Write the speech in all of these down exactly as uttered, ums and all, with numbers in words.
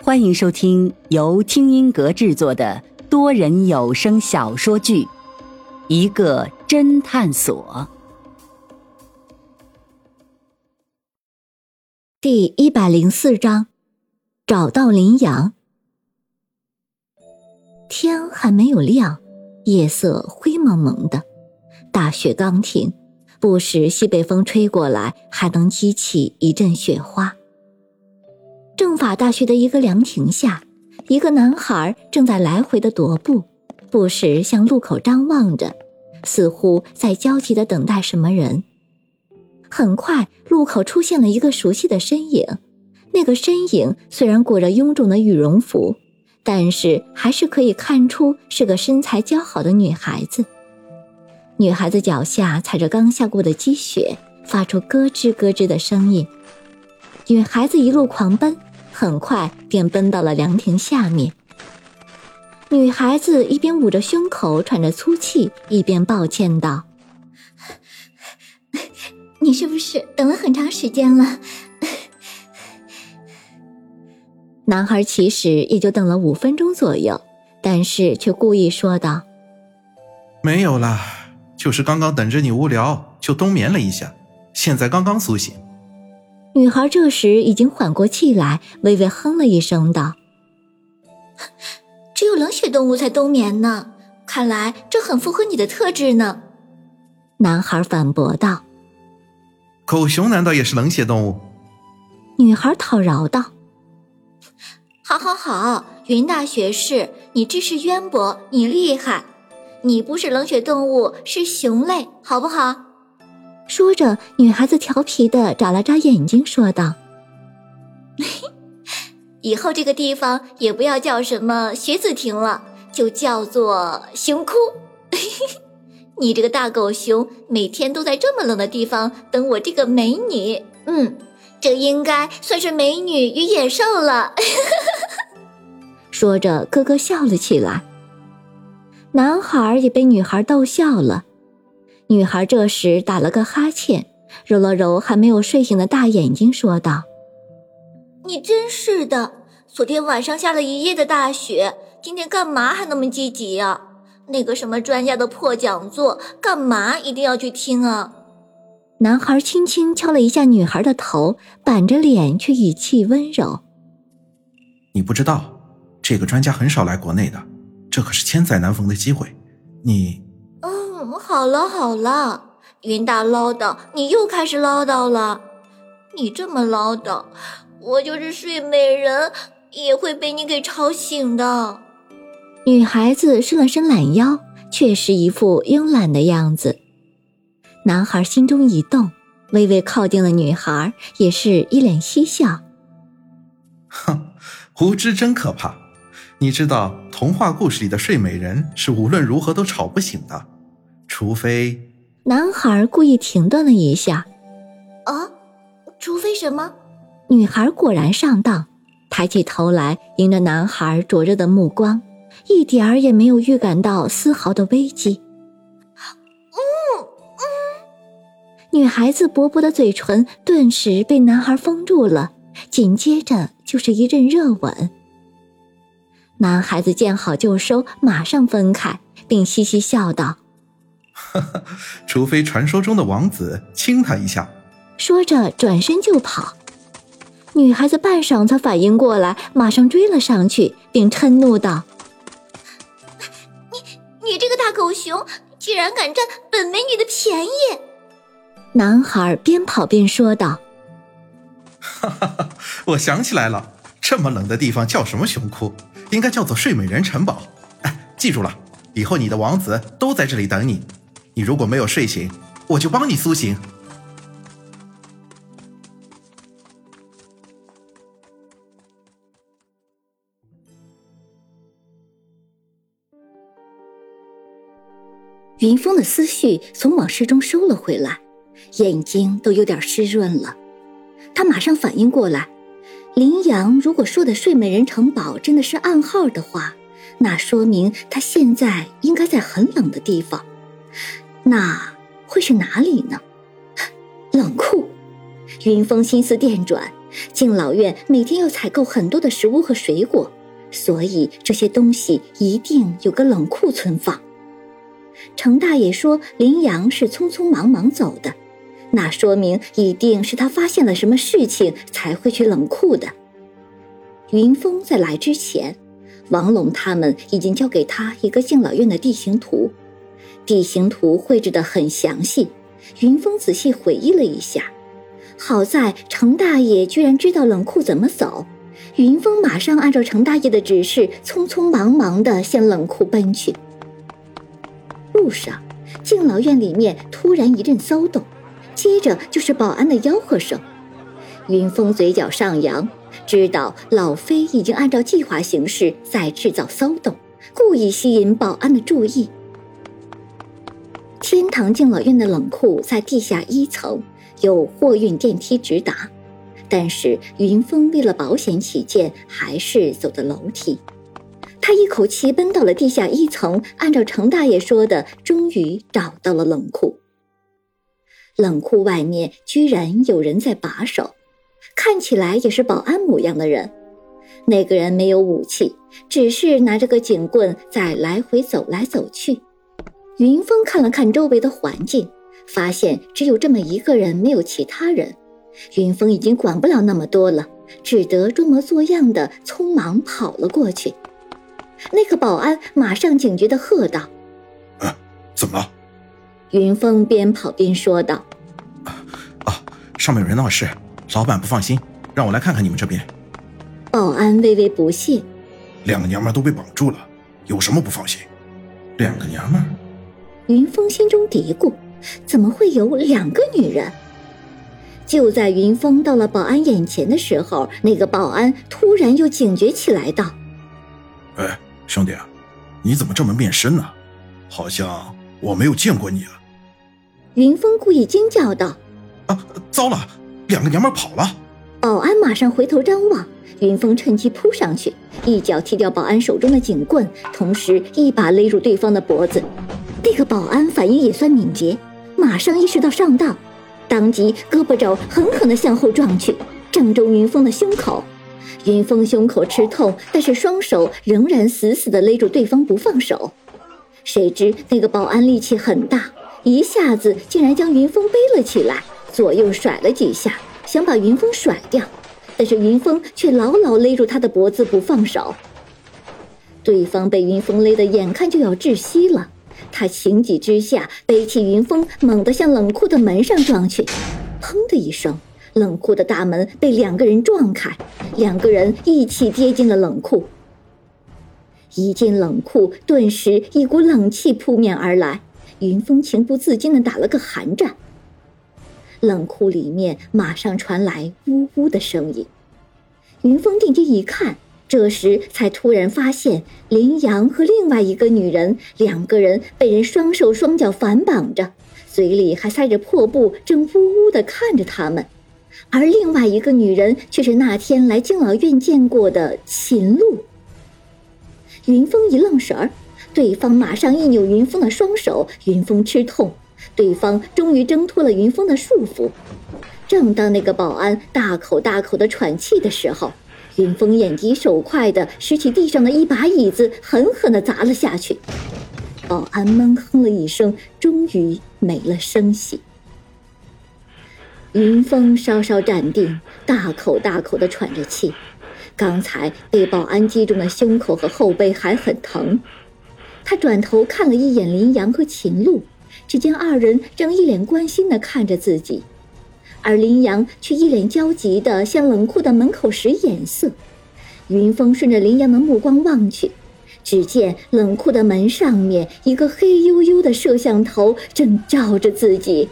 欢迎收听由听音阁制作的多人有声小说剧《一个侦探所》 第一百零四章，找到羚羊。天还没有亮，夜色灰蒙蒙的，大雪刚停，不时西北风吹过来，还能激起一阵雪花。政法大学的一个凉亭下，一个男孩正在来回的踱步，不时向路口张望着，似乎在焦急地等待什么人。很快，路口出现了一个熟悉的身影，那个身影虽然裹着臃肿的羽绒服，但是还是可以看出是个身材姣好的女孩子。女孩子脚下踩着刚下过的积雪，发出咯吱咯吱的声音。女孩子一路狂奔，很快便奔到了凉亭下面。女孩子一边捂着胸口喘着粗气，一边抱歉道：你是不是等了很长时间了？男孩其实也就等了五分钟左右，但是却故意说道： 没有啦，就是刚刚等着你无聊，就冬眠了一下，现在刚刚苏醒。 女孩这时已经缓过气来，微微哼了一声道：只有冷血动物才冬眠呢，看来这很符合你的特质呢。男孩反驳道： 狗熊难道也是冷血动物？ 女孩讨饶道：好好好，云大学士，你知识渊博，你厉害，你不是冷血动物，是熊类，好不好？说着，女孩子调皮地眨了眨眼睛说道：以后这个地方也不要叫什么学子亭了，就叫做熊窟。你这个大狗熊每天都在这么冷的地方等我这个美女，嗯，这应该算是美女与野兽了。说着咯咯笑了起来。男孩也被女孩逗笑了。女孩这时打了个哈欠，揉了揉还没有睡醒的大眼睛说道：你真是的，昨天晚上下了一夜的大雪，今天干嘛还那么积极呀？那个什么专家的破讲座，干嘛一定要去听啊？男孩轻轻敲了一下女孩的头，板着脸却语气温柔： 你不知道，这个专家很少来国内的，这可是千载难逢的机会。你嗯，好了好了，云大唠叨，你又开始唠叨了。你这么唠叨，我就是睡美人也会被你给吵醒的。女孩子伸了伸懒腰，确实一副慵懒的样子。男孩心中一动，微微靠近了女孩，也是一脸嬉笑。 哼，无知真可怕。你知道童话故事里的睡美人是无论如何都吵不醒的，除非…… 男孩故意停顿了一下。啊，除非什么？女孩果然上当，抬起头来，迎着男孩灼热的目光，一点儿也没有预感到丝毫的危机。嗯嗯，女孩子薄薄的嘴唇顿时被男孩封住了，紧接着就是一阵热吻。男孩子见好就收，马上分开，并嘻嘻笑道： 除非传说中的王子亲他一下。 说着转身就跑。女孩子半晌才反应过来，马上追了上去，并嗔怒道：你你这个大狗熊，居然敢占本美女的便宜！男孩边跑边说道： 哈哈哈，我想起来了，这么冷的地方叫什么熊窟？应该叫做睡美人城堡。哎，记住了，以后你的王子都在这里等你。你如果没有睡醒，我就帮你苏醒。 云峰的思绪从往事中收了回来，眼睛都有点湿润了。他马上反应过来，羚羊如果说的睡美人城堡真的是暗号的话，那说明他现在应该在很冷的地方。那会是哪里呢？冷库。云峰心思电转， 敬老院每天要采购很多的食物和水果，所以这些东西一定有个冷库存放。程大爷说林阳是匆匆忙忙走的，那说明一定是他发现了什么事情才会去冷库的。云峰在来之前，王龙他们已经交给他一个敬老院的地形图，地形图绘制得很详细。云峰仔细回忆了一下，好在程大爷居然知道冷库怎么走，云峰马上按照程大爷的指示，匆匆忙忙地向冷库奔去。路上，敬老院里面突然一阵骚动，接着就是保安的吆喝声。云峰嘴角上扬，知道老飞已经按照计划行事，在制造骚动，故意吸引保安的注意。天堂敬老院的冷库在地下一层，有货运电梯直达，但是云峰为了保险起见，还是走的楼梯。他一口气奔到了地下一层，按照程大爷说的，终于找到了冷库。冷库外面居然有人在把守，看起来也是保安模样的人。那个人没有武器，只是拿着个警棍在来回走来走去。云峰看了看周围的环境，发现只有这么一个人，没有其他人。云峰已经管不了那么多了，只得装模作样的匆忙跑了过去。那个保安马上警觉地喝道： 啊，怎么了？ 云峰边跑边说道： 啊啊，上面有人闹事，老板不放心，让我来看看你们这边。 保安微微不屑： 两个娘们都被绑住了，有什么不放心？两个娘们？ 云峰心中嘀咕，怎么会有两个女人？就在云峰到了保安眼前的时候，那个保安突然又警觉起来道： 哎，兄弟啊，你怎么这么面生呢？好像我没有见过你啊。 云峰故意惊叫道： 啊，糟了，两个娘们跑了。 保安马上回头张望，云峰趁机扑上去，一脚踢掉保安手中的警棍，同时一把勒住对方的脖子。那个保安反应也算敏捷，马上意识到上当，当即胳膊肘狠狠地向后撞去，正中云峰的胸口。云峰胸口吃痛，但是双手仍然死死地勒住对方不放手。谁知那个保安力气很大，一下子竟然将云峰背了起来，左右甩了几下，想把云峰甩掉，但是云峰却牢牢勒住他的脖子不放手。对方被云峰勒得眼看就要窒息了，他情急之下背起云峰，猛地向冷库的门上撞去。砰的一声，冷库的大门被两个人撞开，两个人一起跌进了冷库。一进冷库，顿时一股冷气扑面而来，云峰情不自禁地打了个寒战。冷库里面马上传来呜呜的声音，云峰定睛一看，这时才突然发现林阳和另外一个女人，两个人被人双手双脚反绑着，嘴里还塞着破布，正呜呜地看着他们。而另外一个女人却是那天来敬老院见过的秦露。云峰一愣神儿，对方马上一扭云峰的双手，云峰吃痛，对方终于挣脱了云峰的束缚。正当那个保安大口大口地喘气的时候，云峰眼疾手快地拾起地上的一把椅子，狠狠地砸了下去。保安闷哼了一声，终于没了声息。云峰稍稍站定，大口大口地喘着气。刚才被保安击中的胸口和后背还很疼。他转头看了一眼林阳和秦露，只见二人正一脸关心地看着自己，而林阳却一脸焦急地向冷库的门口使眼色。云峰顺着林阳的目光望去，只见冷库的门上面一个黑黝黝的摄像头正照着自己。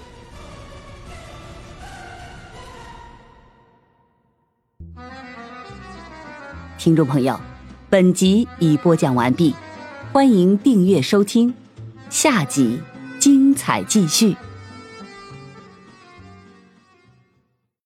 听众朋友，本集已播讲完毕，欢迎订阅收听，下集精彩继续。